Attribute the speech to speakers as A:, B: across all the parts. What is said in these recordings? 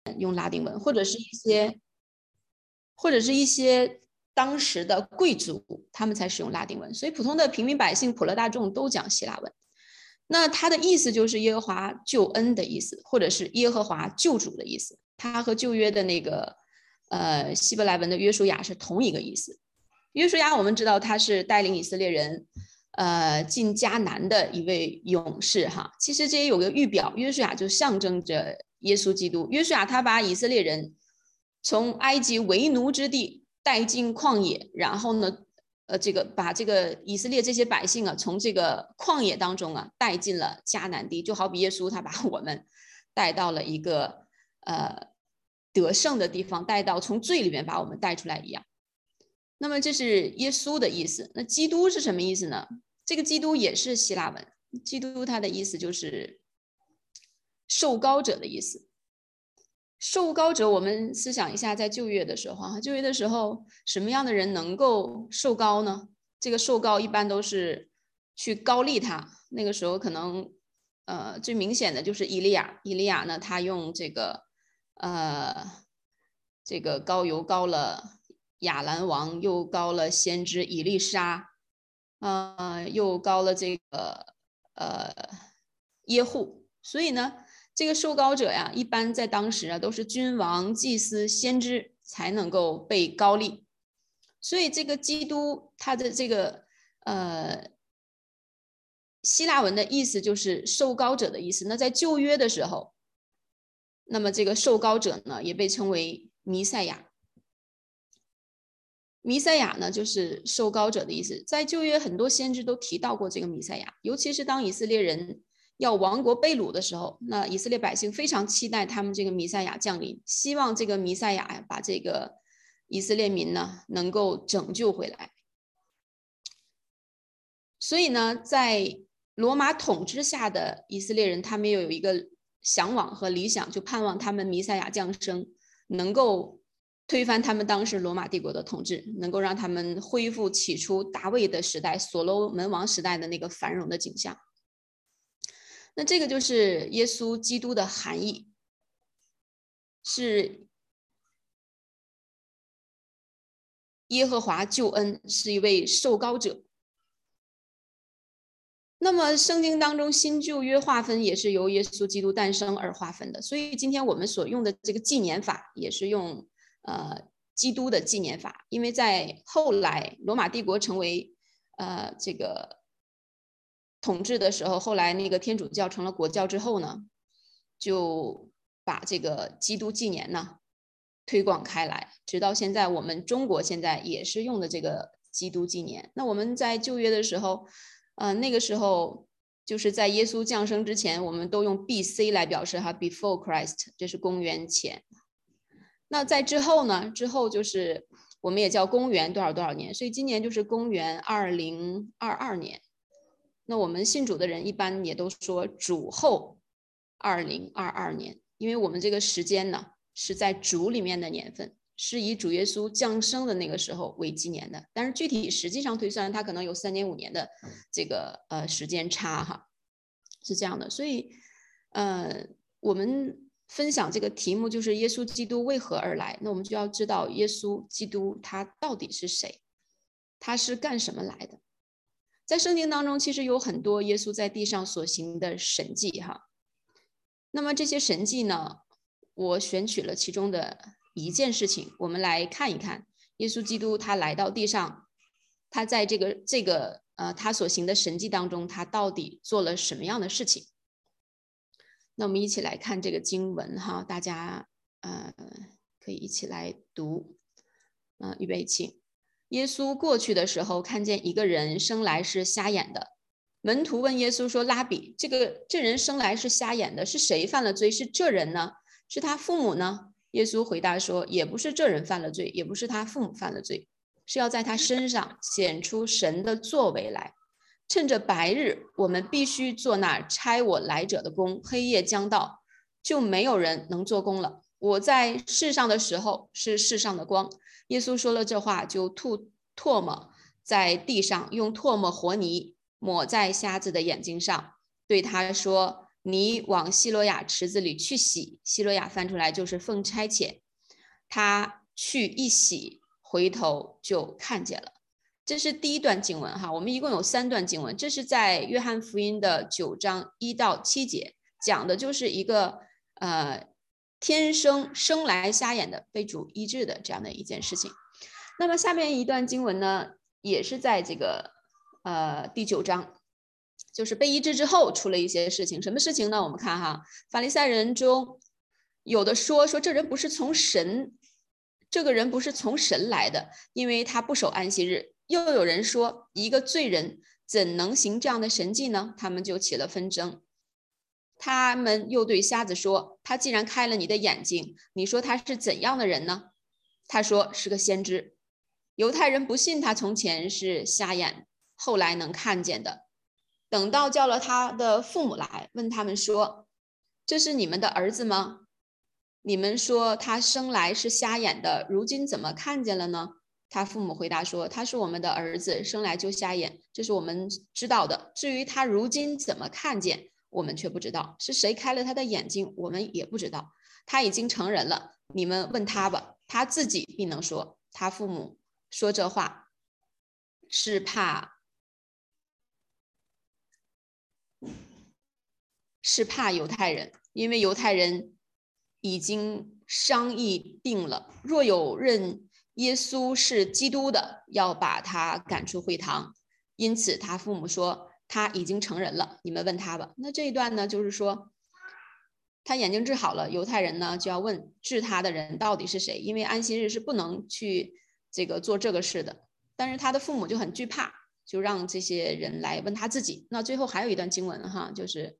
A: 用拉丁文，或者是一些当时的贵族，他们才使用拉丁文，所以普通的平民百姓、普罗大众都讲希腊文。那它的意思就是耶和华救恩的意思，或者是耶和华救主的意思。它和旧约的那个希伯来文的约书亚是同一个意思。约书亚我们知道他是带领以色列人进迦南的一位勇士哈。其实这也有个预表，约书亚就象征着耶稣基督。约书亚他把以色列人从埃及为奴之地带进旷野，然后呢把这个以色列这些百姓啊，从这个旷野当中啊带进了迦南地，就好比耶稣他把我们带到了一个得胜的地方，从罪里面把我们带出来一样。那么这是耶稣的意思。那基督是什么意思呢？这个基督也是希腊文，基督它的意思就是受膏者的意思。受膏者，我们思想一下，在旧约的时候，什么样的人能够受膏呢？这个受膏一般都是去膏立他。那个时候可能最明显的就是以利亚呢，他用这个膏油膏了亚兰王，又膏了先知以利沙，又膏了这个耶户。所以呢，这个受膏者呀，一般在当时啊都是君王、祭司、先知才能够被膏立。所以这个基督他的这个希腊文的意思就是受膏者的意思。那在旧约的时候，那么这个受膏者呢也被称为弥赛亚。弥赛亚呢就是受膏者的意思。在旧约很多先知都提到过这个弥赛亚，尤其是当以色列人要亡国被掳的时候，那以色列百姓非常期待他们这个弥赛亚降临，希望这个弥赛亚把这个以色列民呢能够拯救回来。所以呢，在罗马统治下的以色列人，他们又有一个向往和理想，就盼望他们弥赛亚降生，能够推翻他们当时罗马帝国的统治，能够让他们恢复起初大卫的时代、所罗门王时代的那个繁荣的景象。那这个就是耶稣基督的含义，是耶和华救恩，是一位受膏者。那么圣经当中新旧约划分也是由耶稣基督诞生而划分的，所以今天我们所用的这个纪年法也是用基督的纪年法。因为在后来罗马帝国成为这个统治的时候，后来那个天主教成了国教之后呢，就把这个基督纪年呢推广开来，直到现在我们中国现在也是用的这个基督纪年。那我们在旧约的时候那个时候就是在耶稣降生之前，我们都用 BC 来表示哈 ，Before Christ， 这是公元前。那在之后呢？之后就是我们也叫公元多少多少年，所以今年就是公元2022年。那我们信主的人一般也都说主后2022年，因为我们这个时间呢是在主里面的年份。是以主耶稣降生的那个时候为纪年的，但是具体实际上推算，它可能有3年5年的这个时间差哈，是这样的。所以我们分享这个题目就是耶稣基督为何而来，那我们就要知道耶稣基督他到底是谁，他是干什么来的。在圣经当中其实有很多耶稣在地上所行的神迹哈，那么这些神迹呢，我选取了其中的一件事情，我们来看一看耶稣基督他来到地上，他在这个他所行的神迹当中，他到底做了什么样的事情。那我们一起来看这个经文哈，大家可以一起来读。预备起。耶稣过去的时候，看见一个人生来是瞎眼的，门徒问耶稣说：“拉比，这人生来是瞎眼的，是谁犯了罪？是这人呢？是他父母呢？”耶稣回答说：“也不是这人犯了罪，也不是他父母犯了罪，是要在他身上显出神的作为来。趁着白日，我们必须做那差我来者的工；黑夜将到，就没有人能做工了。我在世上的时候是世上的光。”耶稣说了这话，就吐唾沫在地上，用唾沫和泥抹在瞎子的眼睛上，对他说：“ 你往西罗亚池子里去洗。西罗亚翻出来就是奉差遣，他去一洗，回头就看见了。这是第一段经文哈，我们一共有3段经文，这是在约翰福音的9章1到7节，讲的就是一个天生生来瞎眼的被主医治的这样的一件事情。那么下面一段经文呢，也是在这个第9章，就是被医治之后出了一些事情。什么事情呢？我们看哈，法利赛人中有的说这人不是从神，这个人不是从神来的，因为他不守安息日。又有人说，一个罪人怎能行这样的神迹呢？他们就起了纷争。他们又对瞎子说，他既然开了你的眼睛，你说他是怎样的人呢？他说是个先知。犹太人不信他从前是瞎眼，后来能看见的。等到叫了他的父母来，问他们说，这是你们的儿子吗？你们说他生来是瞎眼的，如今怎么看见了呢？他父母回答说，他是我们的儿子，生来就瞎眼，这是我们知道的。至于他如今怎么看见，我们却不知道，是谁开了他的眼睛，我们也不知道。他已经成人了，你们问他吧，他自己必能说。他父母说这话是怕犹太人，因为犹太人已经商议定了，若有认耶稣是基督的，要把他赶出会堂。因此他父母说，他已经成人了，你们问他吧。那这一段呢，就是说他眼睛治好了，犹太人呢就要问治他的人到底是谁，因为安息日是不能去做这个事的。但是他的父母就很惧怕，就让这些人来问他自己。那最后还有一段经文哈，就是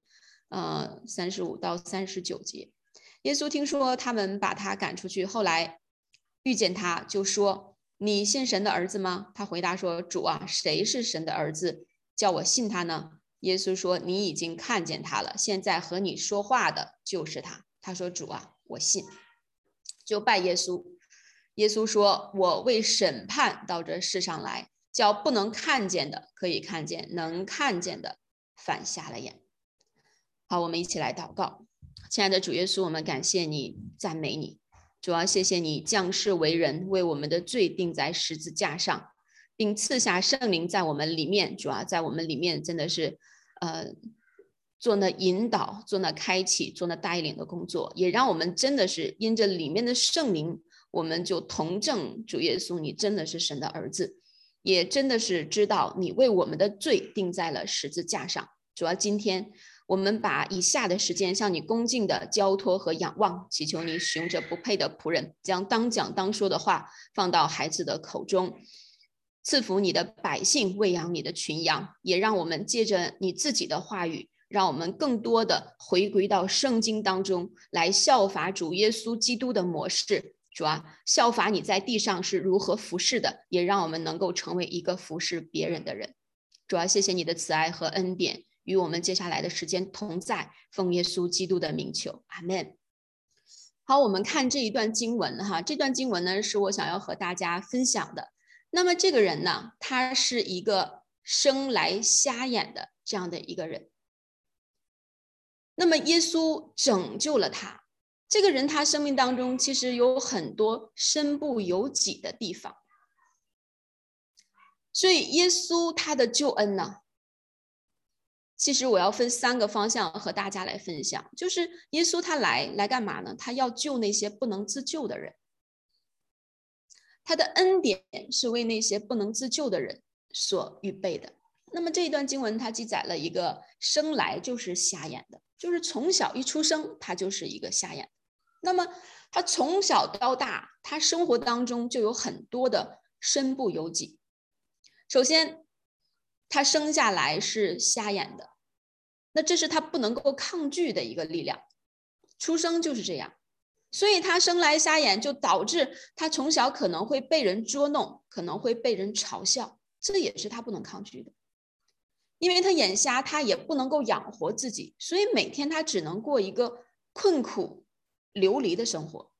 A: 35到39节。耶稣听说他们把他赶出去，后来遇见他，就说：“你信神的儿子吗？”他回答说：“主啊，谁是神的儿子？叫我信他呢？”耶稣说：“你已经看见他了，现在和你说话的就是他。”他说：“主啊，我信。”就拜耶稣。耶稣说：“我为审判到这世上来，叫不能看见的可以看见，能看见的反瞎了眼。”好，我们一起来祷告。亲爱的主耶稣，我们感谢你，赞美你。主要谢谢你降世为人，为我们的罪钉在十字架上，并赐下圣灵在我们里面。主要在我们里面真的是做那引导，做那开启，做那带领的工作，也让我们真的是因着里面的圣灵，我们就同证主耶稣，你真的是神的儿子，也真的是知道你为我们的罪钉在了十字架上。主要今天我们把以下的时间向你恭敬的交托和仰望，祈求你使用这不配的仆人，将当讲当说的话放到孩子的口中，赐福你的百姓，喂养你的群羊，也让我们借着你自己的话语，让我们更多的回归到圣经当中来效法主耶稣基督的模式。主啊，效法你在地上是如何服侍的，也让我们能够成为一个服侍别人的人。主啊，谢谢你的慈爱和恩典，与我们接下来的时间同在，奉耶稣基督的名求，阿们。好，我们看这一段经文哈，这段经文呢是我想要和大家分享的。那么这个人呢，他是一个生来瞎眼的这样的一个人。那么耶稣拯救了他。这个人他生命当中其实有很多身不由己的地方，所以耶稣他的救恩呢，其实我要分3个方向和大家来分享。就是耶稣他来干嘛呢？他要救那些不能自救的人，他的恩典是为那些不能自救的人所预备的。那么这一段经文它记载了一个生来就是瞎眼的，就是从小一出生他就是一个瞎眼。那么他从小到大，他生活当中就有很多的身不由己。首先他生下来是瞎眼的，那这是他不能够抗拒的一个力量，出生就是这样。所以他生来瞎眼，就导致他从小可能会被人捉弄，可能会被人嘲笑，这也是他不能抗拒的。因为他眼瞎，他也不能够养活自己，所以每天他只能过一个困苦流离的生活，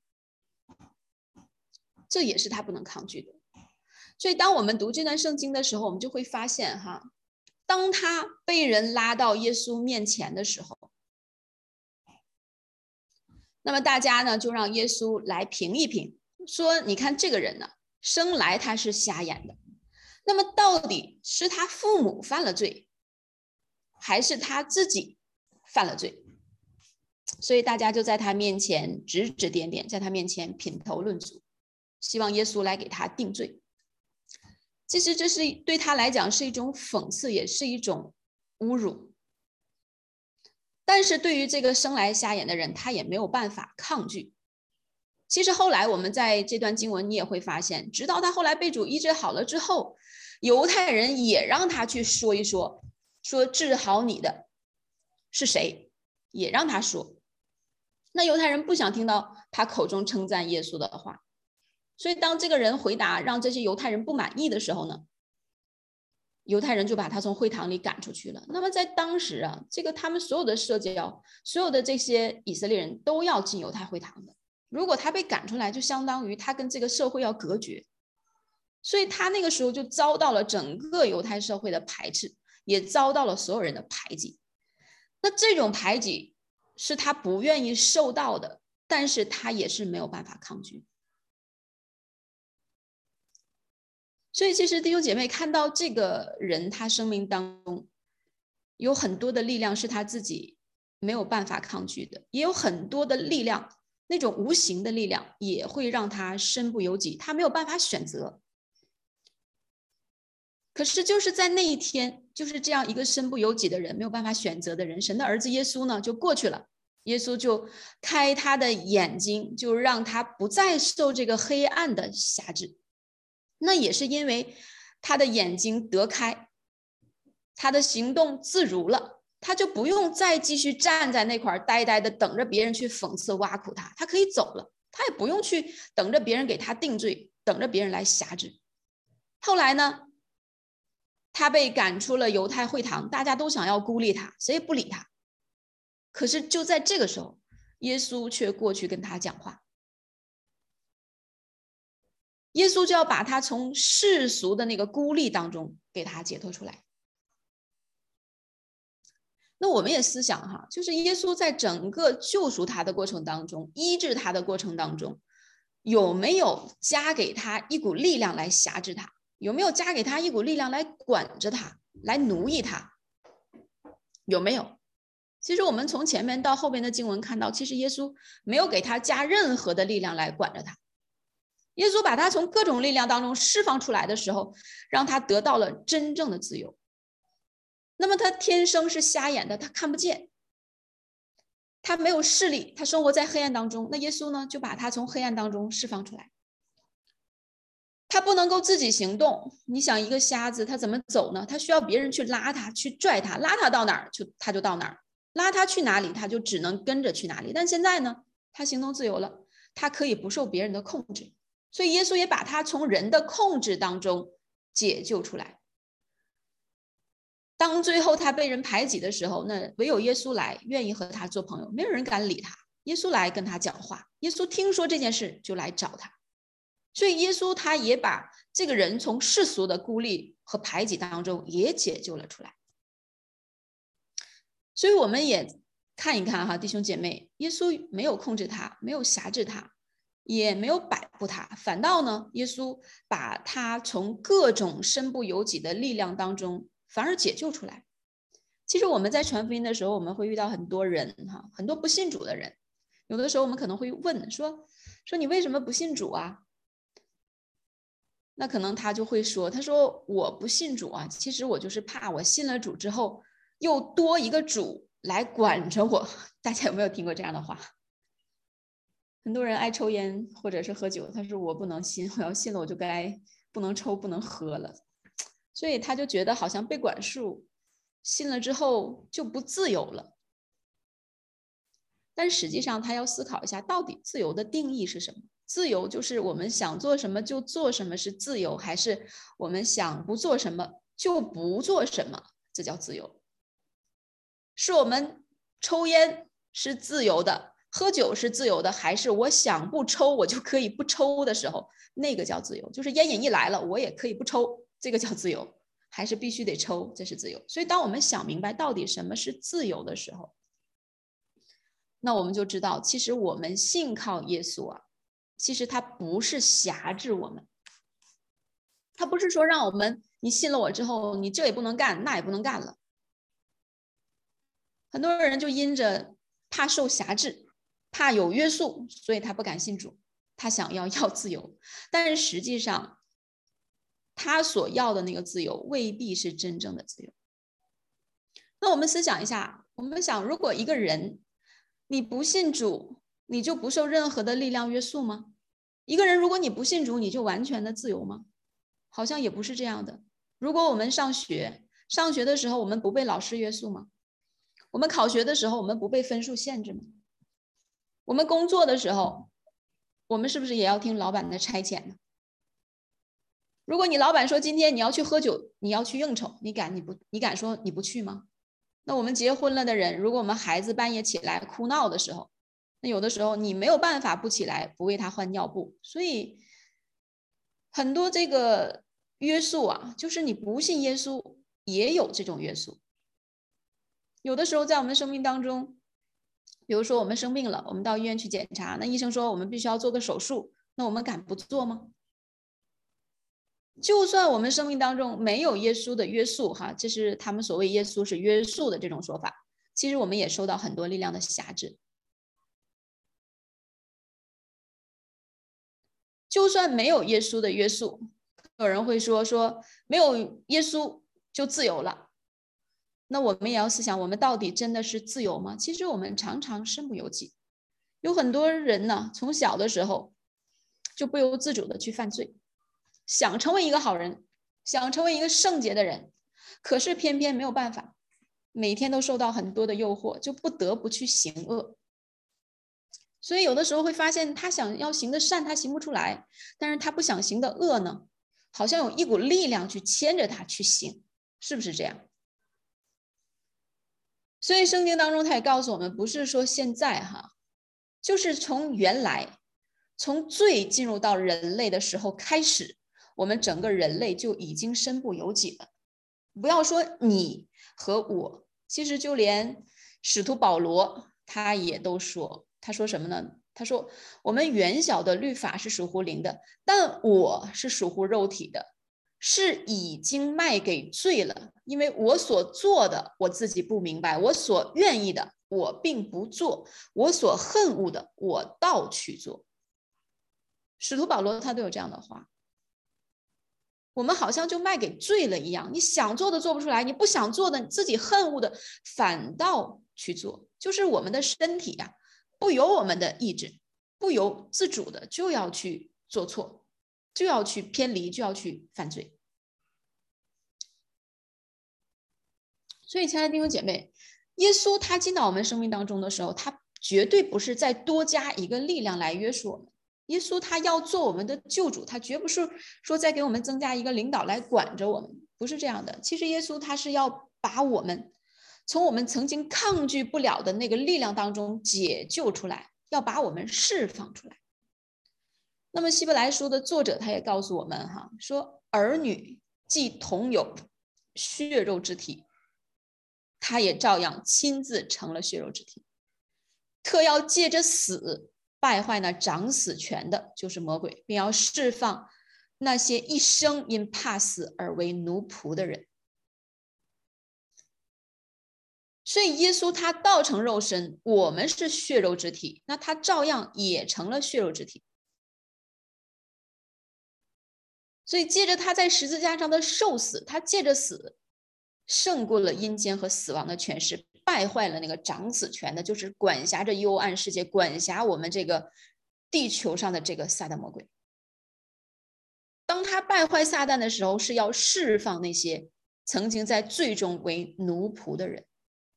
A: 这也是他不能抗拒的。所以当我们读这段圣经的时候，我们就会发现哈，当他被人拉到耶稣面前的时候， 那么大家呢就让耶稣来评一评，说你看这个人呢，生来他是瞎眼的，那么到底是他父母犯了罪，还是他自己犯了罪？所以大家就在他面前指指点点，在他面前品头论足，希望耶稣来给他定罪。其实这是对他来讲是一种讽刺，也是一种侮辱。但是对于这个生来瞎眼的人，他也没有办法抗拒。其实后来我们在这段经文你也会发现，直到他后来被主医治好了之后，犹太人也让他去说一说，说治好你的是谁，也让他说。那犹太人不想听到他口中称赞耶稣的话，所以当这个人回答让这些犹太人不满意的时候呢，犹太人就把他从会堂里赶出去了。那么在当时啊，这个他们所有的社交，所有的这些以色列人都要进犹太会堂的，如果他被赶出来，就相当于他跟这个社会要隔绝，所以他那个时候就遭到了整个犹太社会的排斥，也遭到了所有人的排挤。那这种排挤是他不愿意受到的，但是他也是没有办法抗拒。所以其实弟兄姐妹看到这个人他生命当中有很多的力量是他自己没有办法抗拒的，也有很多的力量，那种无形的力量也会让他身不由己，他没有办法选择。可是就是在那一天，就是这样一个身不由己的人，没有办法选择的人，神的儿子耶稣呢就过去了，耶稣就开他的眼睛，就让他不再受这个黑暗的辖制。那也是因为他的眼睛得开，他的行动自如了，他就不用再继续站在那块呆呆的等着别人去讽刺挖苦他，他可以走了，他也不用去等着别人给他定罪，等着别人来辖制。后来呢，他被赶出了犹太会堂，大家都想要孤立他，谁也不理他。可是就在这个时候，耶稣却过去跟他讲话，耶稣就要把他从世俗的那个孤立当中给他解脱出来。那我们也思想哈，就是耶稣在整个救赎他的过程当中，医治他的过程当中，有没有加给他一股力量来辖制他？有没有加给他一股力量来管着他，来奴役他？有没有？其实我们从前面到后面的经文看到，其实耶稣没有给他加任何的力量来管着他。耶稣把他从各种力量当中释放出来的时候，让他得到了真正的自由。那么他天生是瞎眼的，他看不见，他没有视力，他生活在黑暗当中。那耶稣呢，就把他从黑暗当中释放出来。他不能够自己行动，你想一个瞎子他怎么走呢？他需要别人去拉他，去拽他，拉他到哪儿他就到哪儿，拉他去哪里他就只能跟着去哪里。但现在呢，他行动自由了，他可以不受别人的控制，所以耶稣也把他从人的控制当中解救出来。当最后他被人排挤的时候，那唯有耶稣来愿意和他做朋友，没有人敢理他。耶稣来跟他讲话，耶稣听说这件事就来找他。所以耶稣他也把这个人从世俗的孤立和排挤当中也解救了出来。所以我们也看一看哈，弟兄姐妹，耶稣没有控制他，没有辖制他，也没有摆布他，反倒呢，耶稣把他从各种身不由己的力量当中反而解救出来。其实我们在传福音的时候，我们会遇到很多人哈，很多不信主的人，有的时候我们可能会问说你为什么不信主啊？那可能他就会说，他说我不信主啊，其实我就是怕我信了主之后又多一个主来管着我。大家有没有听过这样的话？很多人爱抽烟或者是喝酒，他说我不能信，我要信了我就该不能抽不能喝了，所以他就觉得好像被管束，信了之后就不自由了。但实际上他要思考一下，到底自由的定义是什么？自由就是我们想做什么就做什么是自由，还是我们想不做什么就不做什么，这叫自由？是我们抽烟是自由的，喝酒是自由的，还是我想不抽我就可以不抽的时候，那个叫自由？就是烟瘾一来了，我也可以不抽，这个叫自由，还是必须得抽，这是自由？所以当我们想明白到底什么是自由的时候， 那我们就知道，其实我们信靠耶稣啊，其实他不是辖制我们，他不是说让我们你信了我之后，你这也不能干，那也不能干了。很多人就因着怕受辖制，怕有约束，所以他不敢信主，他想要自由，但是实际上他所要的那个自由未必是真正的自由。那我们思想一下，我们想，如果一个人你不信主，你就不受任何的力量约束吗？一个人如果你不信主，你就完全的自由吗？好像也不是这样的。如果我们上学的时候，我们不被老师约束吗？我们考学的时候，我们不被分数限制吗？我们工作的时候，我们是不是也要听老板的差遣呢？如果你老板说今天你要去喝酒，你要去应酬，你敢说你不去吗？那我们结婚了的人，如果我们孩子半夜起来哭闹的时候，那有的时候你没有办法不起来，不为他换尿布。所以很多这个约束啊，就是你不信耶稣也有这种约束。有的时候在我们生命当中，比如说我们生病了，我们到医院去检查，那医生说我们必须要做个手术，那我们敢不做吗？就算我们生命当中没有耶稣的约束，哈，这是他们所谓耶稣是约束的这种说法，其实我们也受到很多力量的辖制。就算没有耶稣的约束，有人会说没有耶稣就自由了。那我们也要思想，我们到底真的是自由吗？其实我们常常身不由己。有很多人呢，从小的时候就不由自主的去犯罪，想成为一个好人，想成为一个圣洁的人，可是偏偏没有办法，每天都受到很多的诱惑，就不得不去行恶。所以有的时候会发现，他想要行的善，他行不出来；但是他不想行的恶呢，好像有一股力量去牵着他去行，是不是这样？所以圣经当中他也告诉我们，不是说现在哈，就是从原来，从罪进入到人类的时候开始，我们整个人类就已经身不由己了。不要说你和我，其实就连使徒保罗他也都说，他说什么呢？他说我们原小的律法是属乎灵的，但我是属乎肉体的，是已经卖给罪了。因为我所做的我自己不明白，我所愿意的我并不做，我所恨恶的我倒去做。使徒保罗他都有这样的话。我们好像就卖给罪了一样，你想做的做不出来，你不想做的，你自己恨恶的反倒去做，就是我们的身体呀，不由我们的意志，不由自主的就要去做错，就要去偏离，就要去犯罪。所以，亲爱的弟兄姐妹，耶稣他进到我们生命当中的时候，他绝对不是再多加一个力量来约束我们。耶稣他要做我们的救主，他绝不是说再给我们增加一个领导来管着我们，不是这样的。其实耶稣他是要把我们从我们曾经抗拒不了的那个力量当中解救出来，要把我们释放出来。那么希伯来书的作者他也告诉我们哈，说儿女既同有血肉之体，他也照样亲自成了血肉之体，特要借着死败坏那掌死权的，就是魔鬼，并要释放那些一生因怕死而为奴仆的人。所以耶稣他道成肉身，我们是血肉之体，那他照样也成了血肉之体。所以借着他在十字架上的受死，他借着死胜过了阴间和死亡的权势，败坏了那个掌死权的，就是管辖着幽暗世界，管辖我们这个地球上的这个撒旦魔鬼。当他败坏撒旦的时候，是要释放那些曾经在最终为奴仆的人。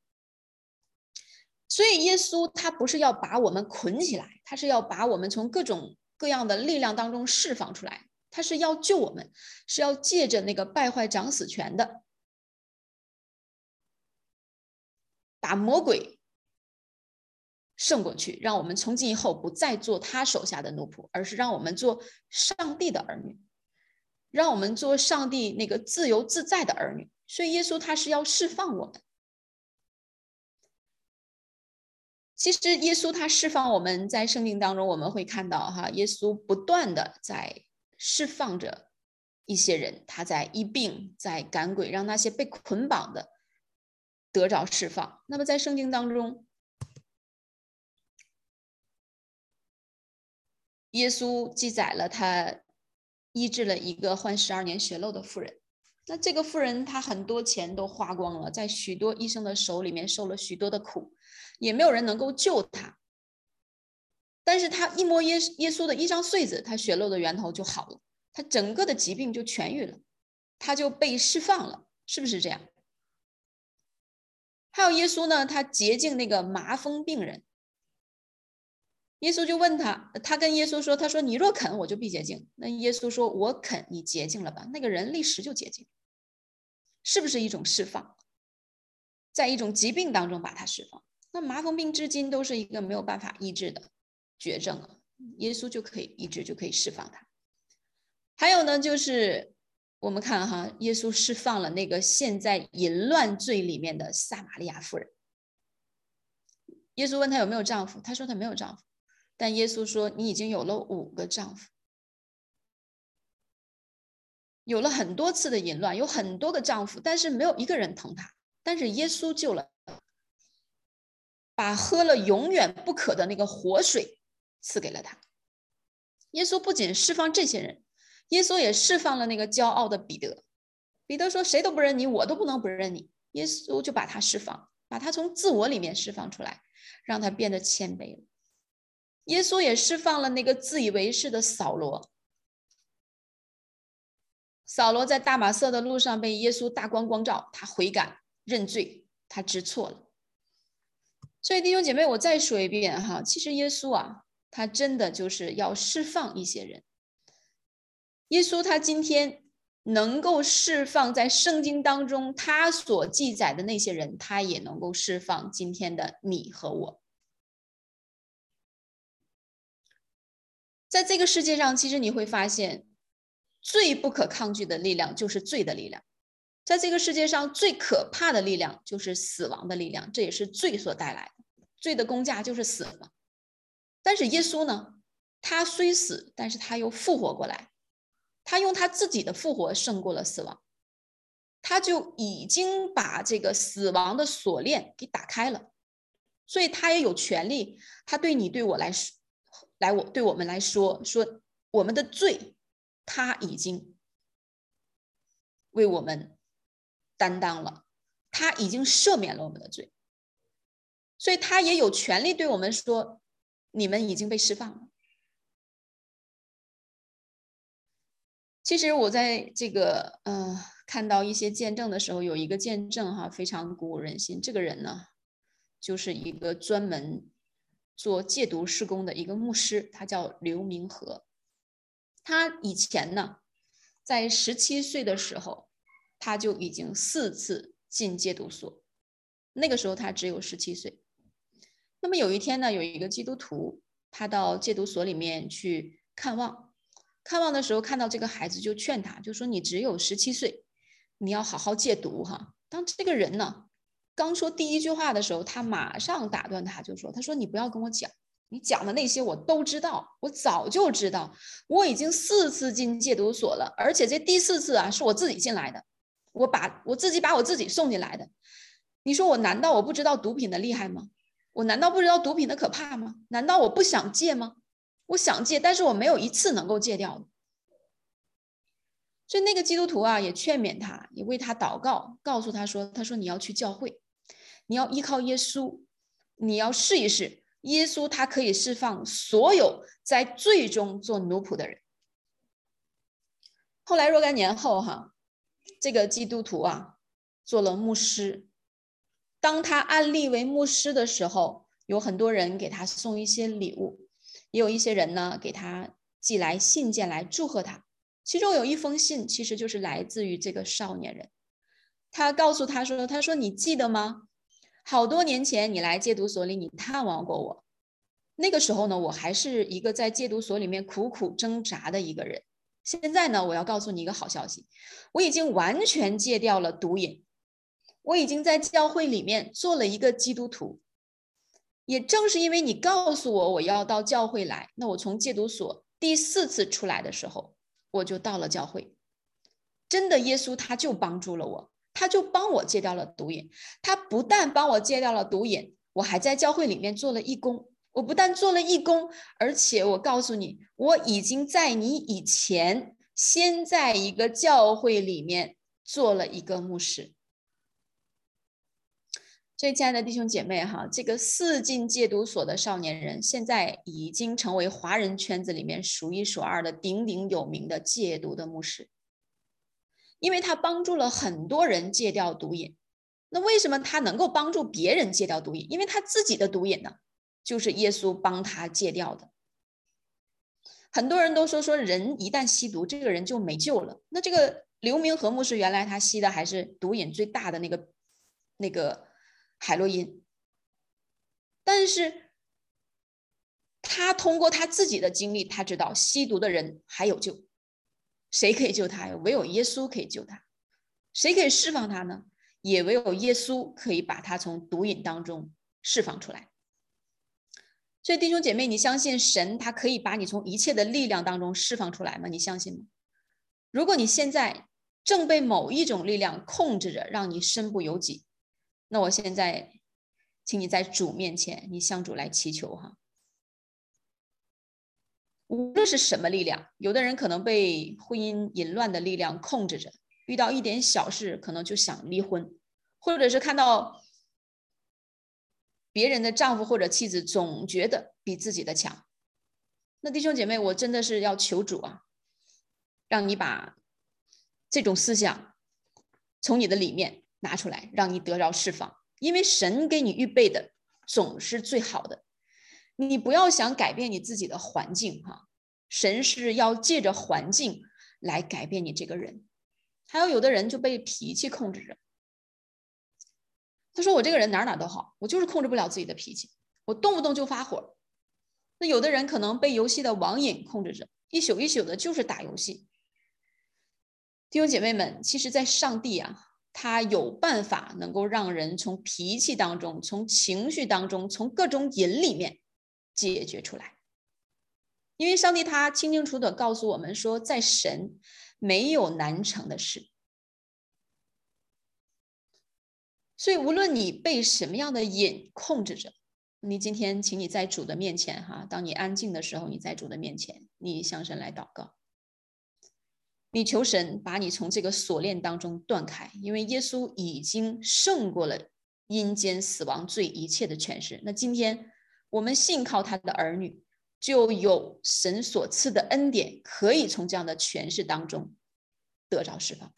A: 所以耶稣他不是要把我们捆起来，他是要把我们从各种各样的力量当中释放出来，他是要救我们，是要借着那个败坏掌死权的，把魔鬼胜过去，让我们从今以后不再做他手下的奴仆，而是让我们做上帝的儿女，让我们做上帝那个自由自在的儿女。所以耶稣他是要释放我们。 其实耶稣他释放我们，在圣经当中我们会看到哈，耶稣不断的在释放着一些人，他在医病，在赶鬼，让那些被捆绑的得着释放。那么在圣经当中，耶稣记载了他医治了一个患12年血漏的妇人。那这个妇人她很多钱都花光了，在许多医生的手里面受了许多的苦，也没有人能够救她。但是她一摸耶稣的衣裳穗子，她血漏的源头就好了，她整个的疾病就痊愈了，她就被释放了，是不是这样？还有耶稣呢，他洁净那个麻风病人。耶稣就问他，他跟耶稣说，他说你若肯，我就必洁净。那耶稣说，我肯，你洁净了吧。那个人立时就洁净，是不是一种释放？在一种疾病当中把他释放。那麻风病至今都是一个没有办法医治的绝症啊，耶稣就可以医治，就可以释放他。还有呢，就是我们看哈，耶稣释放了那个陷在淫乱罪里面的撒玛利亚妇人。耶稣问他有没有丈夫，他说他没有丈夫。但耶稣说你已经有了5个丈夫，有了很多次的淫乱，有很多个丈夫，但是没有一个人疼他。但是耶稣救了，把喝了永远不渴的那个活水赐给了他。耶稣不仅释放这些人，耶稣也释放了那个骄傲的彼得。彼得说谁都不认你，我都不能不认你。耶稣就把他释放，把他从自我里面释放出来，让他变得谦卑了。耶稣也释放了那个自以为是的扫罗。扫罗在大马色的路上被耶稣大光光照，他悔改认罪，他知错了。所以弟兄姐妹，我再说一遍哈，其实耶稣啊，他真的就是要释放一些人。耶稣他今天能够释放在圣经当中他所记载的那些人，他也能够释放今天的你和我。在这个世界上，其实你会发现最不可抗拒的力量就是罪的力量。在这个世界上最可怕的力量就是死亡的力量，这也是罪所带来的。罪的工价就是死嘛。但是耶稣呢，他虽死，但是他又复活过来，他用他自己的复活胜过了死亡，他就已经把这个死亡的锁链给打开了。所以他也有权利，他对你对我来说，对我们来说，说我们的罪他已经为我们担当了，他已经赦免了我们的罪，所以他也有权利对我们说你们已经被释放了。其实我在这个看到一些见证的时候，有一个见证哈，非常鼓舞人心。这个人呢，就是一个专门做戒毒事工的一个牧师，他叫刘明和。他以前呢，在17岁的时候，他就已经4次进戒毒所，那个时候他只有17岁。那么有一天呢，有一个基督徒，他到戒毒所里面去看望，看望的时候看到这个孩子，就劝他，就说你只有17岁，你要好好戒毒哈。当这个人呢刚说第一句话的时候，他马上打断他，就说，他说你不要跟我讲，你讲的那些我都知道，我早就知道，我已经4次进戒毒所了，而且这第4次啊是我自己进来的，我自己把我自己送进来的。你说我难道我不知道毒品的厉害吗？我难道不知道毒品的可怕吗？难道我不想戒吗？我想戒，但是我没有一次能够戒掉的。所以那个基督徒啊，也劝勉他，也为他祷告，告诉他说，他说你要去教会，你要依靠耶稣，你要试一试，耶稣他可以释放所有在罪中做奴仆的人。后来若干年后哈，这个基督徒啊做了牧师，当他按立为牧师的时候，有很多人给他送一些礼物，也有一些人呢给他寄来信件来祝贺他。其中有一封信其实就是来自于这个少年人，他告诉他说，他说你记得吗？好多年前你来戒毒所里，你探望过我，那个时候呢，我还是一个在戒毒所里面苦苦挣扎的一个人。现在呢，我要告诉你一个好消息，我已经完全戒掉了毒瘾，我已经在教会里面做了一个基督徒。 也正是因为你告诉我要到教会来，那我从戒毒所第4次出来的时候，我就到了教会。真的，耶稣他就帮助了我，他就帮我戒掉了毒瘾。他不但帮我戒掉了毒瘾，我还在教会里面做了义工。我不但做了义工，而且我告诉你，我已经在你以前先在一个教会里面做了一个牧师。所以亲爱的弟兄姐妹哈，这个4进戒毒所的少年人现在已经成为华人圈子里面数一数二的鼎鼎有名的戒毒的牧师，因为他帮助了很多人戒掉毒瘾。那为什么他能够帮助别人戒掉毒瘾？因为他自己的毒瘾呢，就是耶稣帮他戒掉的。很多人都说人一旦吸毒，这个人就没救了。那这个刘明和牧师原来他吸的还是毒瘾最大的那个海洛因，但是他通过他自己的经历，他知道吸毒的人还有救。谁可以救他？唯有耶稣可以救他。谁可以释放他呢？也唯有耶稣可以把他从毒瘾当中释放出来。所以弟兄姐妹，你相信神他可以把你从一切的力量当中释放出来吗？你相信吗？如果你现在正被某一种力量控制着，让你身不由己，那我现在请你在主面前，你向主来祈求哈。无论是什么力量，有的人可能被婚姻淫乱的力量控制着，遇到一点小事可能就想离婚，或者是看到别人的丈夫或者妻子总觉得比自己的强。那弟兄姐妹，我真的是要求主啊，让你把这种思想从你的里面拿出来，让你得着释放，因为神给你预备的总是最好的。你不要想改变你自己的环境哈，神是要借着环境来改变你这个人。还有的人就被脾气控制着，他说我这个人哪都好，我就是控制不了自己的脾气，我动不动就发火。那有的人可能被游戏的网瘾控制着，一宿一宿的就是打游戏。弟兄姐妹们，其实在上帝啊，他有办法能够让人从脾气当中，从情绪当中，从各种瘾里面解决出来。因为上帝他清清楚楚的告诉我们说，在神没有难成的事。所以无论你被什么样的瘾控制着，你今天请你在主的面前哈，当你安静的时候，你在主的面前，你向神来祷告，你求神把你从这个锁链当中断开，因为耶稣已经胜过了阴间死亡罪一切的权势。那今天我们信靠他的儿女，就有神所赐的恩典，可以从这样的权势当中得着释放。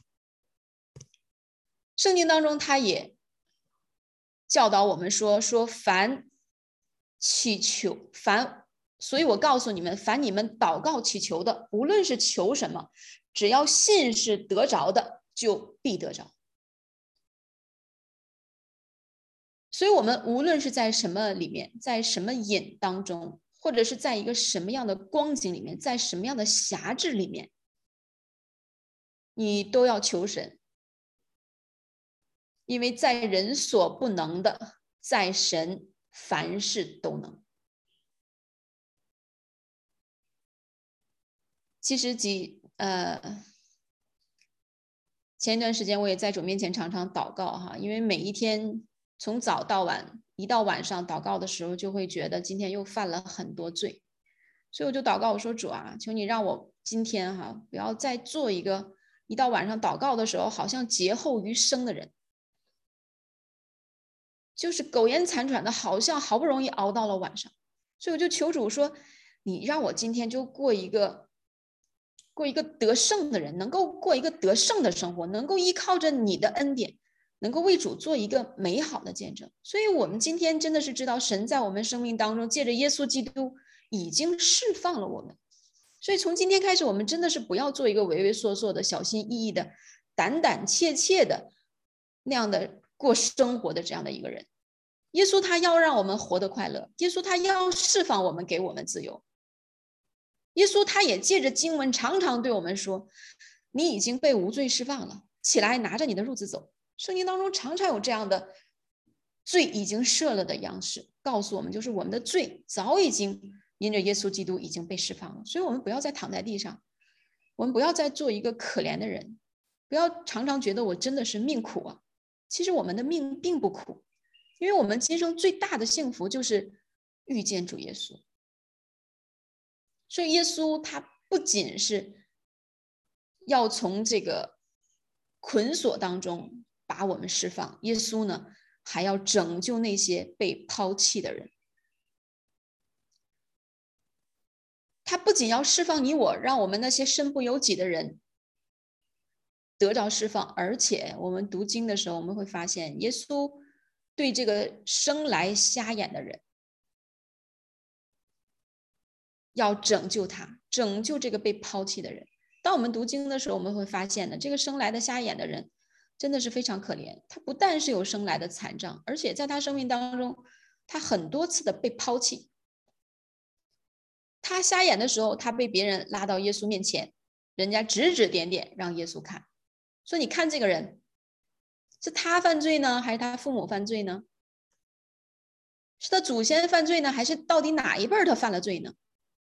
A: 圣经当中他也教导我们说凡祈求所以我告诉你们，凡你们祷告祈求的，无论是求什么，只要信是得着的，就必得着。所以我们无论是在什么里面，在什么瘾当中，或者是在一个什么样的光景里面，在什么样的辖制里面，你都要求神，因为在人所不能的，在神凡事都能。其实前一段时间我也在主面前常常祷告哈，因为每一天从早到晚，一到晚上祷告的时候，就会觉得今天又犯了很多罪，所以我就祷告，我说主啊，求你让我今天哈不要再做一个一到晚上祷告的时候好像劫后余生的人，就是苟延残喘的，好像好不容易熬到了晚上，所以我就求主说，你让我今天就过一个得胜的人，能够过一个得胜的生活，能够依靠着你的恩典，能够为主做一个美好的见证。所以我们今天真的是知道神在我们生命当中借着耶稣基督已经释放了我们，所以从今天开始我们真的是不要做一个畏畏缩缩的、小心翼翼的、胆胆怯怯的那样的过生活的这样的一个人。耶稣他要让我们活得快乐，耶稣他要释放我们，给我们自由。耶稣他也借着经文常常对我们说，你已经被无罪释放了，起来拿着你的褥子走。圣经当中常常有这样的罪已经赦了的样式，告诉我们，就是我们的罪早已经因着耶稣基督已经被释放了。所以我们不要再躺在地上，我们不要再做一个可怜的人，不要常常觉得我真的是命苦啊。其实我们的命并不苦，因为我们今生最大的幸福就是遇见主耶稣。所以耶稣他不仅是要从这个捆锁当中把我们释放，耶稣呢还要拯救那些被抛弃的人。他不仅要释放你我，让我们那些身不由己的人得着释放，而且我们读经的时候，我们会发现耶稣对这个生来瞎眼的人要拯救他，拯救这个被抛弃的人。当我们读经的时候，我们会发现呢，这个生来的瞎眼的人真的是非常可怜。他不但是有生来的残障，而且在他生命当中，他很多次的被抛弃。他瞎眼的时候，他被别人拉到耶稣面前，人家指指点点让耶稣看，说你看这个人，是他犯罪呢，还是他父母犯罪呢？是他祖先犯罪呢，还是到底哪一辈他犯了罪呢？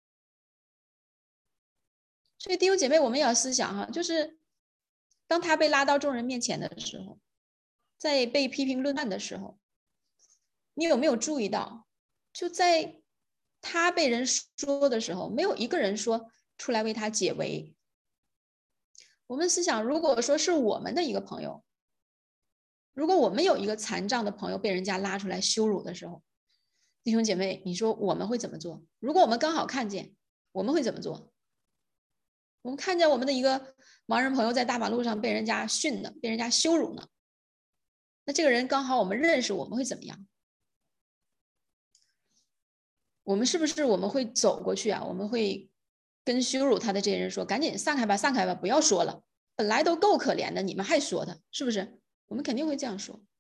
A: 所以弟兄姐妹，我们也要思想哈，就是当他被拉到众人面前的时候，在被批评论断的时候，你有没有注意到，就在他被人说的时候，没有一个人说出来为他解围。我们思想，如果说是我们的一个朋友，如果我们有一个残障的朋友被人家拉出来羞辱的时候，弟兄姐妹，你说我们会怎么做？如果我们刚好看见，我们会怎么做？我们看见我们的一个盲人朋友在大马路上被人家训呢，被人家羞辱呢，那这个人刚好我们认识，我们会怎么样？我们是不是我们会走过去啊？我们会跟羞辱他的这些人说：“赶紧散开吧，散开吧，不要说了，本来都够可怜的，你们还说他，是不是？”我们肯定会这样说，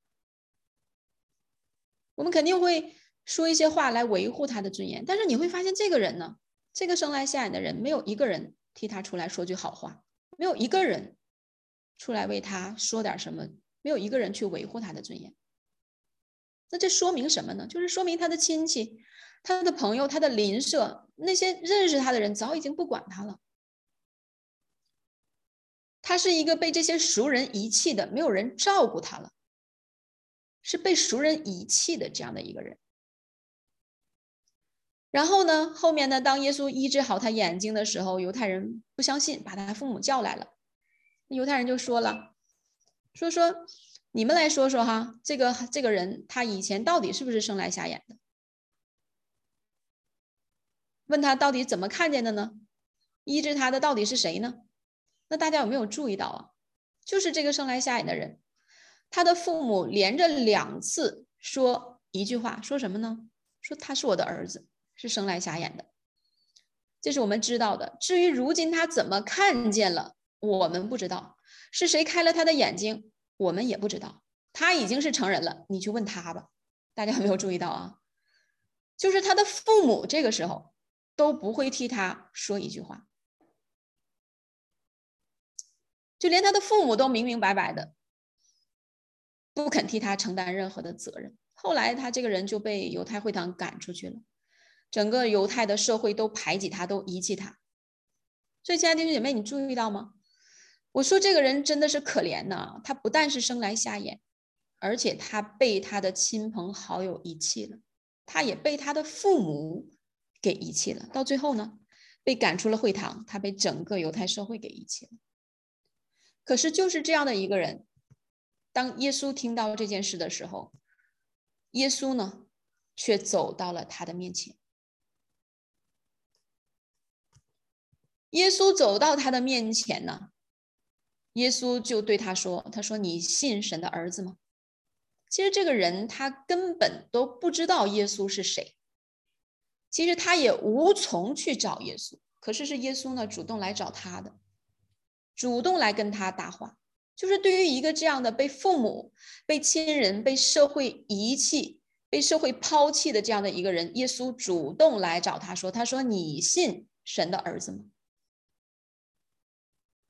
A: 我们肯定会说一些话来维护他的尊严。但是你会发现，这个人呢，这个生来瞎眼的人，没有一个人替他出来说句好话，没有一个人出来为他说点什么，没有一个人去维护他的尊严。那这说明什么呢？就是说明他的亲戚、他的朋友、他的邻舍，那些认识他的人早已经不管他了。他是一个被这些熟人遗弃的，没有人照顾他了，是被熟人遗弃的这样的一个人。然后呢，后面呢，当耶稣医治好他眼睛的时候，犹太人不相信，把他父母叫来了。犹太人就说了，说你们来说说哈，这个人他以前到底是不是生来瞎眼的？问他到底怎么看见的呢？医治他的到底是谁呢？那大家有没有注意到啊？就是这个生来瞎眼的人，他的父母连着2次说一句话，说什么呢？说他是我的儿子，是生来瞎眼的。这是我们知道的。至于如今他怎么看见了，我们不知道。是谁开了他的眼睛，我们也不知道。他已经是成人了，你去问他吧。大家有没有注意到啊？就是他的父母这个时候都不会替他说一句话，就连他的父母都明明白白的不肯替他承担任何的责任。后来他这个人就被犹太会堂赶出去了，整个犹太的社会都排挤他，都遗弃他。所以亲爱的弟兄姐妹，你注意到吗？我说这个人真的是可怜呢，他不但是生来瞎眼，而且他被他的亲朋好友遗弃了，他也被他的父母给遗弃了。到最后呢，被赶出了会堂，他被整个犹太社会给遗弃了。可是就是这样的一个人，当耶稣听到这件事的时候，耶稣呢却走到了他的面前。耶稣走到他的面前呢，耶稣就对他说：“他说你信神的儿子吗？”其实这个人他根本都不知道耶稣是谁，其实他也无从去找耶稣。可是是耶稣呢主动来找他的，主动来跟他搭话。就是对于一个这样的被父母、被亲人、被社会遗弃、被社会抛弃的这样的一个人，耶稣主动来找他说：“他说你信神的儿子吗？”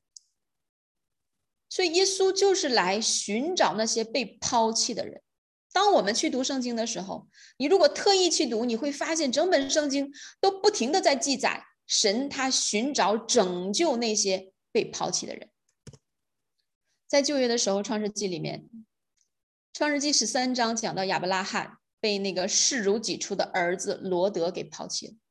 A: 所以耶稣就是来寻找那些被抛弃的人， 当我们去读圣经的时候，你如果特意去读，你会发现整本圣经都不停的在记载神他寻找拯救那些被抛弃的人。在旧约的时候，创世纪里面，创世纪13章讲到亚伯拉罕被那个视如己出的儿子罗德给抛弃了。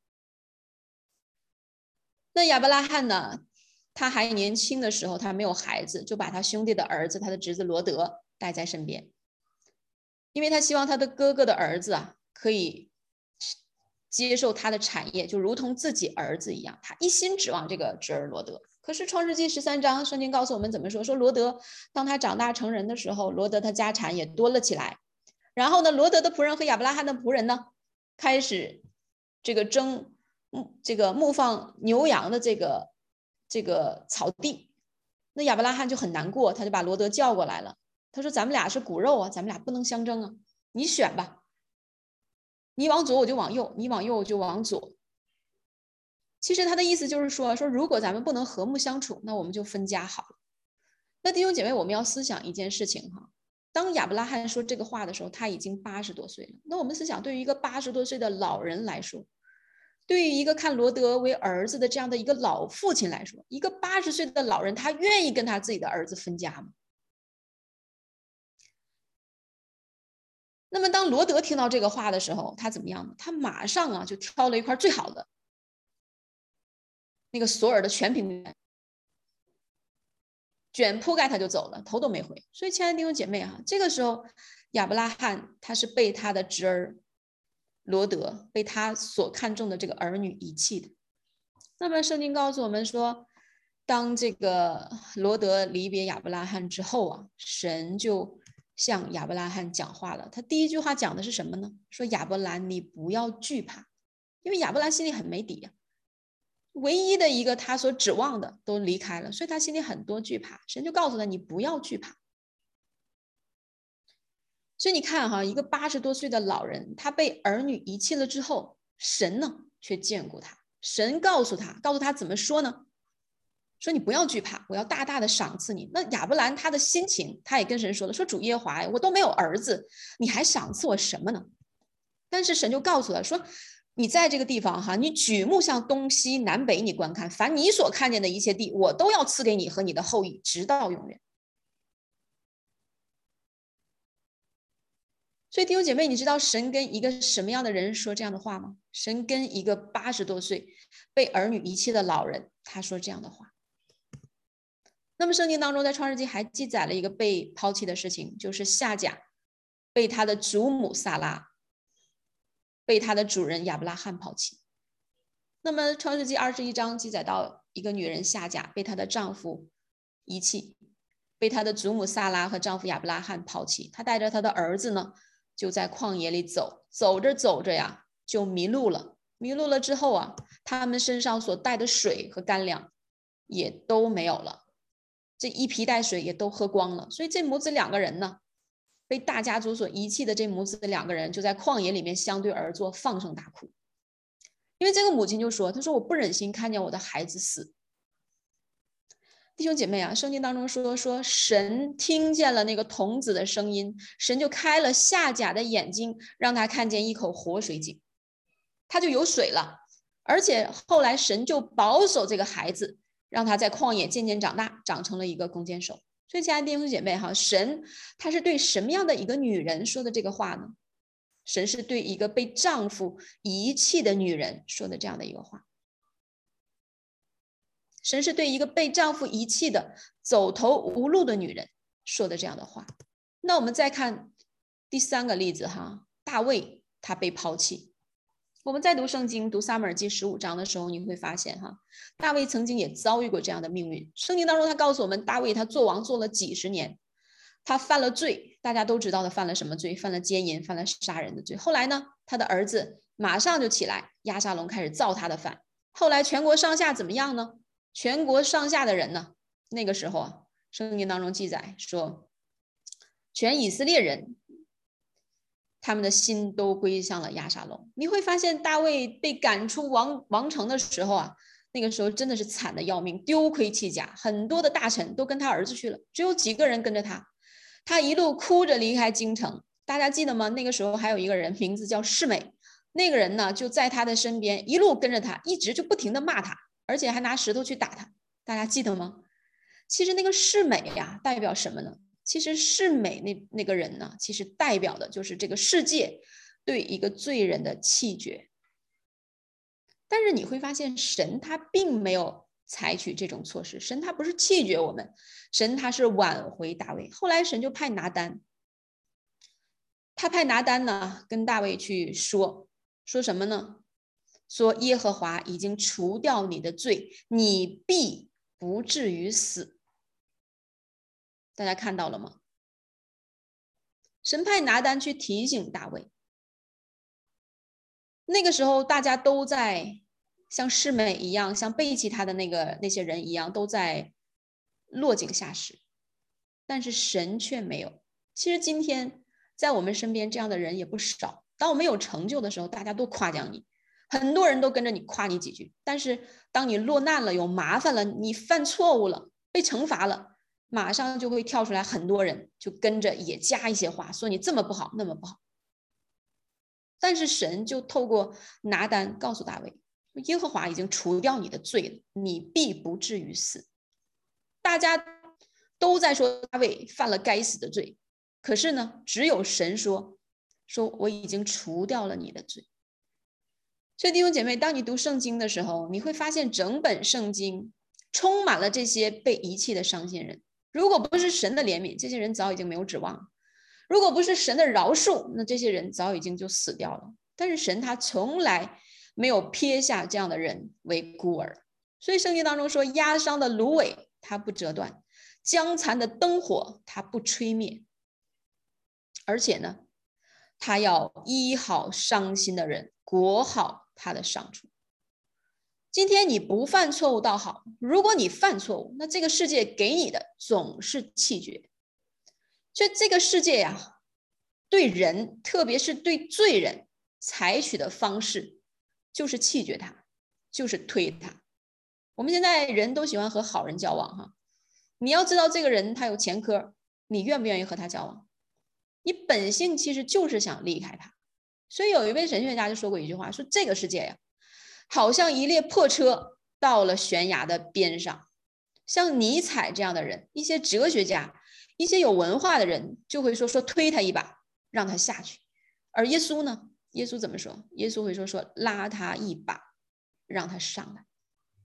A: 那亚伯拉罕呢，他还年轻的时候，他没有孩子，就把他兄弟的儿子，他的侄子罗德带在身边，因为他希望他的哥哥的儿子啊可以接受他的产业，就如同自己儿子一样，他一心指望这个侄儿罗德。可是创世纪13章圣经告诉我们怎么说，说罗德当他长大成人的时候，罗德他家产也多了起来，然后呢，罗德的仆人和亚伯拉罕的仆人呢开始这个争这个牧放牛羊的这个草地。那亚伯拉罕就很难过，他就把罗德叫过来了，他说咱们俩是骨肉啊，咱们俩不能相争啊，你选吧，你往左我就往右，你往右我就往左。其实他的意思就是说如果咱们不能和睦相处，那我们就分家好了。那弟兄姐妹，我们要思想一件事情哈，当亚伯拉罕说这个话的时候，他已经80多岁了。那我们思想，对于一个80多岁的老人来说，对于一个看罗德为儿子的这样的一个老父亲来说，一个80岁的老人，他愿意跟他自己的儿子分家吗？那么当罗德听到这个话的时候，他怎么样呢？他马上啊就挑了一块最好的那个索尔的全平原，卷铺盖他就走了，头都没回。所以亲爱的弟兄姐妹啊，这个时候亚伯拉罕他是被他的侄儿罗德，被他所看重的这个儿女遗弃的。那么圣经告诉我们说，当这个罗德离别亚伯拉罕之后啊，神就向亚伯拉罕讲话了。他第一句话讲的是什么呢？说亚伯兰，你不要惧怕，因为亚伯兰心里很没底啊，唯一的一个他所指望的都离开了，所以他心里很多惧怕。神就告诉他，你不要惧怕。所以你看哈，一个80多岁的老人，他被儿女遗弃了之后，神呢却眷顾他。神告诉他怎么说呢？说你不要惧怕，我要大大的赏赐你。那亚伯兰他的心情，他也跟神说了，说主耶和华，我都没有儿子，你还赏赐我什么呢？但是神就告诉他说，你在这个地方哈，你举目向东西南北，你观看，凡你所看见的一切地，我都要赐给你和你的后裔，直到永远。所以弟兄姐妹，你知道神跟一个什么样的人说这样的话吗？神跟一个80多岁被儿女遗弃的老人，他说这样的话。那么圣经当中，在创世纪还记载了一个被抛弃的事情，就是夏甲被他的祖母撒拉被他的主人亚伯拉罕抛弃。那么创世纪21章记载到一个女人夏甲被她的丈夫遗弃，被她的祖母撒拉和丈夫亚伯拉罕抛弃。她带着她的儿子呢，就在旷野里走，走着走着呀，就迷路了。迷路了之后啊，他们身上所带的水和干粮也都没有了，这一皮带水也都喝光了。所以这母子两个人呢，被大家族所遗弃的这母子两个人，就在旷野里面相对而坐，放声大哭。因为这个母亲就说，她说我不忍心看见我的孩子死。弟兄姐妹啊，圣经当中说神听见了那个童子的声音，神就开了夏甲的眼睛，让他看见一口活水井，他就有水了。而且后来神就保守这个孩子，让他在旷野渐渐长大，长成了一个弓箭手。所以亲爱的弟兄姐妹哈，神他是对什么样的一个女人说的这个话呢？神是对一个被丈夫遗弃的女人说的这样的一个话。神是对一个被丈夫遗弃的走投无路的女人说的这样的话。那我们再看第3个例子哈，大卫他被抛弃。我们在读圣经读撒母耳记15章的时候，你会发现哈，大卫曾经也遭遇过这样的命运。圣经当中他告诉我们，大卫他做王做了几十年，他犯了罪，大家都知道他犯了什么罪，犯了奸淫，犯了杀人的罪。后来呢，他的儿子马上就起来，押沙龙开始造他的反。后来全国上下怎么样呢？全国上下的人呢，那个时候啊，圣经当中记载说，全以色列人他们的心都归向了押沙龙。你会发现大卫被赶出王城的时候啊，那个时候真的是惨的要命，丢盔弃甲，很多的大臣都跟他儿子去了，只有几个人跟着他。他一路哭着离开京城， 大家记得吗？那个时候还有一个人名字叫示每，那个人呢就在他的身边一路跟着他，一直就不停的骂他，而且还拿石头去打他，大家记得吗？其实那个示每呀，代表什么呢？其实示每那个人呢，其实代表的就是这个世界对一个罪人的弃绝。但是你会发现，神他并没有采取这种措施，神他不是弃绝我们，神他是挽回大卫。后来神就派拿单，他派拿单呢跟大卫去说什么呢？说耶和华已经除掉你的罪，你必不至于死。大家看到了吗？神派拿单去提醒大卫。那个时候大家都在像示每一样，像背弃他的那些人一样，都在落井下石，但是神却没有。其实今天在我们身边这样的人也不少。当我们有成就的时候，大家都夸奖你，很多人都跟着你夸你几句。但是当你落难了、有麻烦了、你犯错误了、被惩罚了，马上就会跳出来很多人，就跟着也加一些话，说你这么不好，那么不好。但是神就透过拿单告诉大卫，耶和华已经除掉你的罪了，你必不至于死。大家都在说大卫犯了该死的罪，可是呢，只有神说我已经除掉了你的罪。所以弟兄姐妹，当你读圣经的时候，你会发现整本圣经充满了这些被遗弃的伤心人。如果不是神的怜悯，这些人早已经没有指望了。如果不是神的饶恕，那这些人早已经就死掉了。但是神他从来没有撇下这样的人为孤儿。所以圣经当中说，压伤的芦苇它不折断，将残的灯火它不吹灭，而且呢，他要医好伤心的人，裹好他的伤处。今天你不犯错误倒好，如果你犯错误，那这个世界给你的总是弃绝。所以这个世界呀，对人，特别是对罪人采取的方式，就是弃绝他，就是推他。我们现在人都喜欢和好人交往哈，你要知道这个人他有前科，你愿不愿意和他交往？你本性其实就是想离开他。所以有一位神学家就说过一句话，说这个世界呀，好像一列破车到了悬崖的边上。像尼采这样的人，一些哲学家，一些有文化的人就会说推他一把，让他下去。而耶稣呢？耶稣怎么说？耶稣会说拉他一把，让他上来。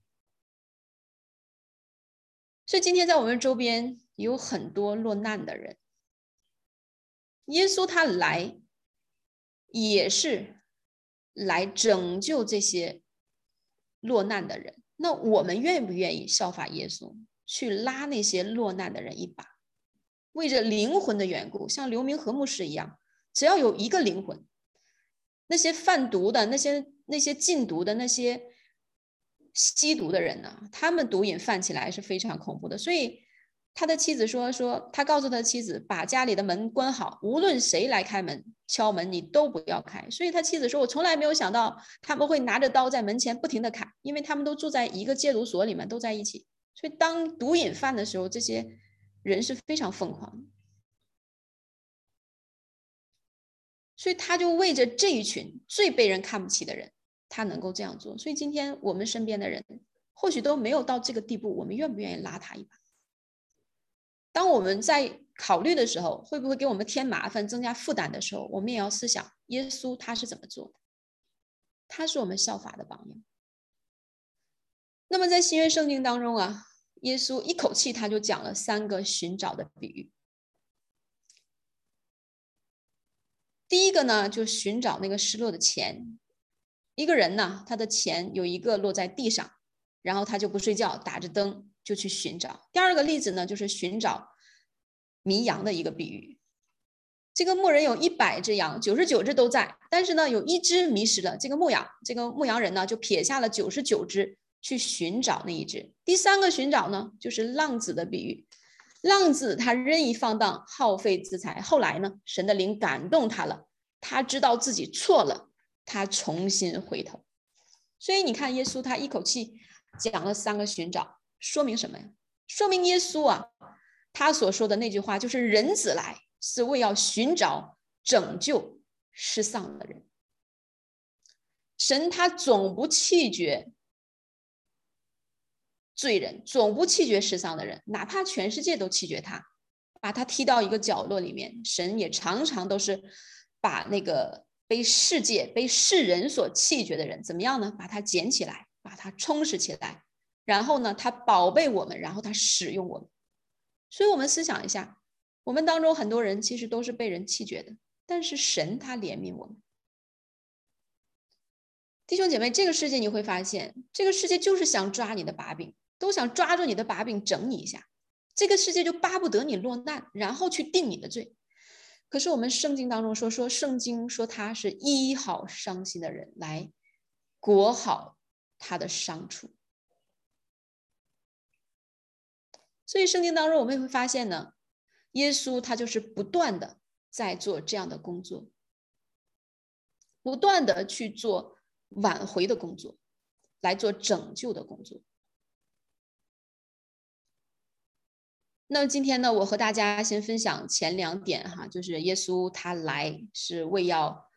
A: 所以今天在我们周边有很多落难的人，耶稣他来也是来拯救这些落难的人。那我们愿不愿意效法耶稣，去拉那些落难的人一把？为着灵魂的缘故，像刘明和牧师一样，只要有一个灵魂，那些贩毒的、那些禁毒的、那些吸毒的人呢，他们毒瘾犯起来是非常恐怖的。所以他的妻子说，他告诉他的妻子，把家里的门关好，无论谁来开门敲门，你都不要开。所以他妻子说，我从来没有想到他们会拿着刀在门前不停的砍，因为他们都住在一个戒毒所里面，都在一起。所以当毒瘾犯的时候，这些人是非常疯狂的。所以他就为着这一群最被人看不起的人，他能够这样做。所以今天我们身边的人或许都没有到这个地步，我们愿不愿意拉他一把？当我们在考虑的时候，会不会给我们添麻烦、增加负担的时候，我们也要思想耶稣他是怎么做的，他是我们效法的榜样。那么在新约圣经当中啊，耶稣一口气他就讲了3个寻找的比喻。第一个呢，就寻找那个失落的钱。一个人呢，他的钱有一个落在地上，然后他就不睡觉，打着灯就去寻找。第二个例子呢，就是寻找迷羊的一个比喻。这个牧人有100只羊，99只都在，但是呢，有1只迷失了。这个牧羊人呢，就撇下了99只去寻找那一只。第3个寻找呢，就是浪子的比喻。浪子他任意放荡，耗费资财，后来呢，神的灵感动他了，他知道自己错了，他重新回头。所以你看耶稣他一口气讲了3个寻找，说明什么呀？说明耶稣啊，他所说的那句话就是人子来是为要寻找拯救失丧的人。神他总不弃绝罪人，总不弃绝失丧的人，哪怕全世界都弃绝他，把他踢到一个角落里面，神也常常都是把那个被世界、被世人所弃绝的人怎么样呢？把他捡起来，把他充实起来，然后呢，他宝贝我们，然后他使用我们。所以我们思想一下，我们当中很多人其实都是被人弃绝的，但是神他怜悯我们。弟兄姐妹，这个世界你会发现，这个世界就是想抓你的把柄，都想抓住你的把柄整你一下。这个世界就巴不得你落难，然后去定你的罪。可是我们圣经当中说圣经说他是医好伤心的人，来裹好他的伤处。所以圣经当中我们也会发现呢，耶稣他就是不断的在做这样的工作，不断的去做挽回的工作，来做拯救的工作。那今天呢，我和大家先分享前2点哈，就是耶稣他来是为要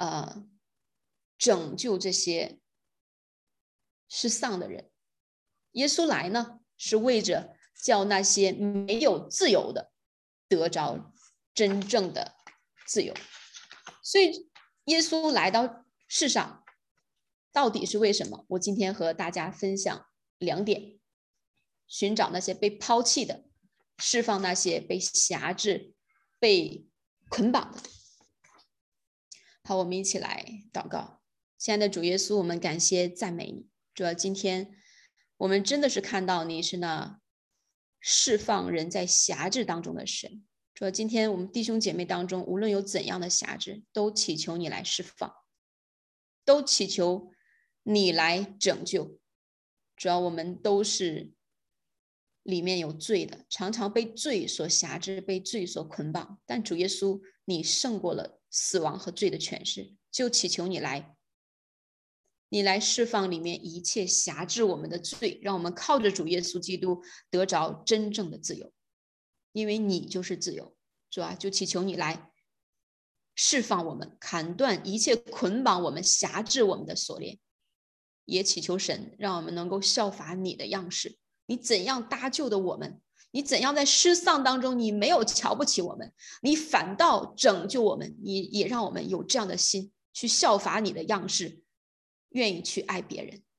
A: 拯救这些失丧的人，耶稣来呢是为着叫那些没有自由的得着真正的自由。所以耶稣来到世上到底是为什么？我今天和大家分享2点：寻找那些被抛弃的，释放那些被辖制、被捆绑的。好，我们一起来祷告。亲爱的主耶稣，我们感谢赞美你。主要今天我们真的是看到你是那释放人在辖制当中的神。主要今天我们弟兄姐妹当中，无论有怎样的辖制，都祈求你来释放，都祈求你来拯救。主要我们都是里面有罪的，常常被罪所辖制，被罪所捆绑。但主耶稣，你胜过了死亡和罪的权势，就祈求你来释放里面一切辖制我们的罪，让我们靠着主耶稣基督得着真正的自由，因为你就是自由。主啊，就祈求你来释放我们，砍断一切捆绑我们、辖制我们的锁链，也祈求神让我们能够效法你的样式。你怎样搭救的我们，你怎样在失丧当中，你没有瞧不起我们，你反倒拯救我们，你也让我们有这样的心去效法你的样式，愿意去爱别人。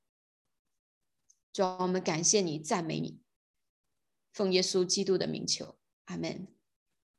A: 主，我们感谢你，赞美你，奉耶稣基督的名求，阿们。